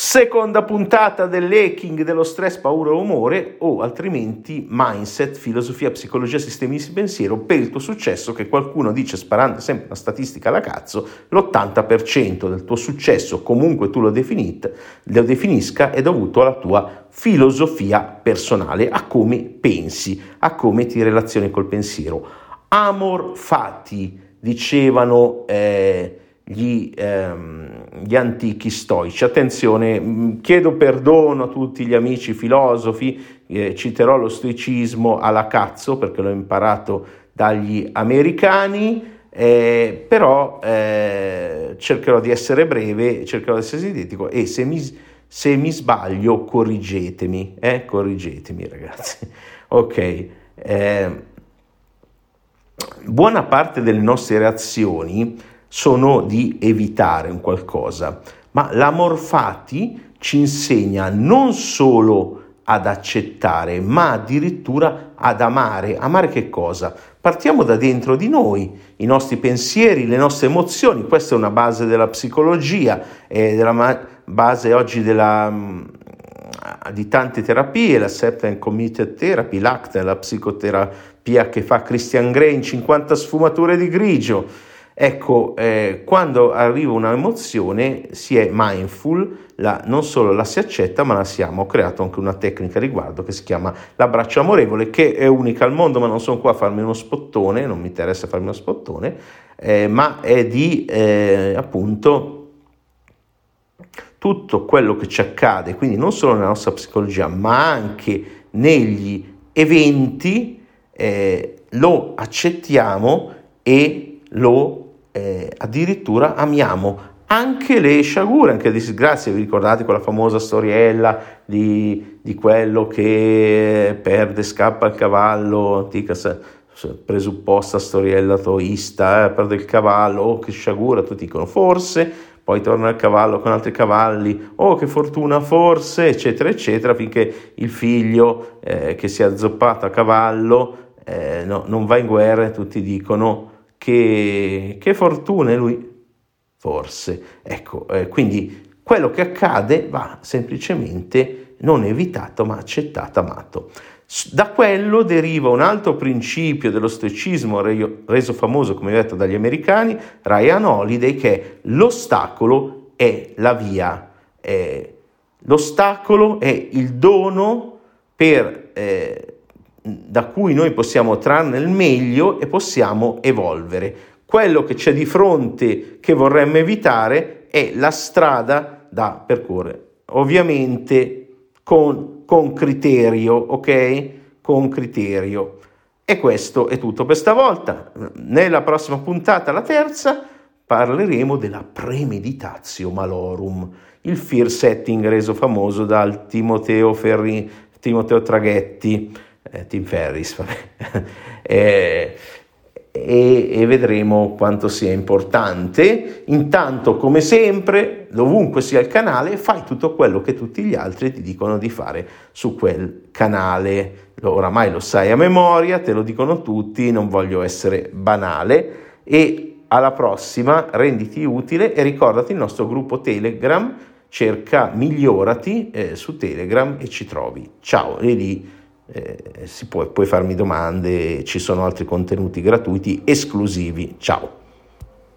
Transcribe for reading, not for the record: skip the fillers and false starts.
Seconda puntata dell'hacking dello stress, paura e umore, o altrimenti mindset, filosofia, psicologia, sistemi di pensiero per il tuo successo, che qualcuno dice sparando sempre una statistica alla cazzo, l'80% del tuo successo, comunque tu lo definisca, è dovuto alla tua filosofia personale, a come pensi, a come ti relazioni col pensiero. Amor fati, dicevano gli antichi stoici. Attenzione, chiedo perdono a tutti gli amici filosofi, citerò lo stoicismo alla cazzo perché l'ho imparato dagli americani, però cercherò di essere breve, cercherò di essere sintetico, e se mi sbaglio corrigetemi ragazzi. Ok, buona parte delle nostre reazioni sono di evitare un qualcosa, ma l'amor fati ci insegna non solo ad accettare, ma addirittura ad amare. Amare che cosa? Partiamo da dentro di noi, i nostri pensieri, le nostre emozioni. Questa è una base della psicologia, della base oggi di tante terapie, l'acceptance committed therapy, l'ACT, la psicoterapia che fa Christian Grey in 50 sfumature di grigio. Ecco, quando arriva una emozione si è mindful, non solo la si accetta, ma ho creato anche una tecnica a riguardo che si chiama l'abbraccio amorevole, che è unica al mondo, ma non sono qua a farmi uno spottone, non mi interessa farmi uno spottone, ma è di appunto tutto quello che ci accade, quindi non solo nella nostra psicologia, ma anche negli eventi, lo accettiamo e lo addirittura amiamo. Anche le sciagure, anche le disgrazie. Vi ricordate quella famosa storiella di quello che scappa il cavallo, antica presupposta storiella taoista, perde il cavallo, oh che sciagura, tutti dicono forse, poi torna il cavallo con altri cavalli, oh che fortuna forse, eccetera eccetera, finché il figlio che si è azzoppato a cavallo non va in guerra e tutti dicono che fortuna, e lui forse. Ecco, quindi quello che accade va semplicemente non evitato ma accettato, amato. Da quello deriva un altro principio dello stoicismo reso famoso, come detto, dagli americani, Ryan Holiday, che è l'ostacolo è la via, l'ostacolo è il dono da cui noi possiamo trarne il meglio e possiamo evolvere. Quello che c'è di fronte che vorremmo evitare è la strada da percorrere, ovviamente con criterio, ok? Con criterio. E questo è tutto per stavolta. Nella prossima puntata, la terza, parleremo della premeditatio malorum, il fear setting reso famoso dal Timoteo Traghetti, Tim Ferris, vabbè. E vedremo quanto sia importante. Intanto, come sempre, dovunque sia il canale, fai tutto quello che tutti gli altri ti dicono di fare su quel canale. Oramai lo sai a memoria, te lo dicono tutti, non voglio essere banale. E alla prossima, renditi utile e ricordati il nostro gruppo Telegram, cerca Migliorati su Telegram e ci trovi. Ciao, e lì puoi farmi domande, ci sono altri contenuti gratuiti esclusivi. Ciao.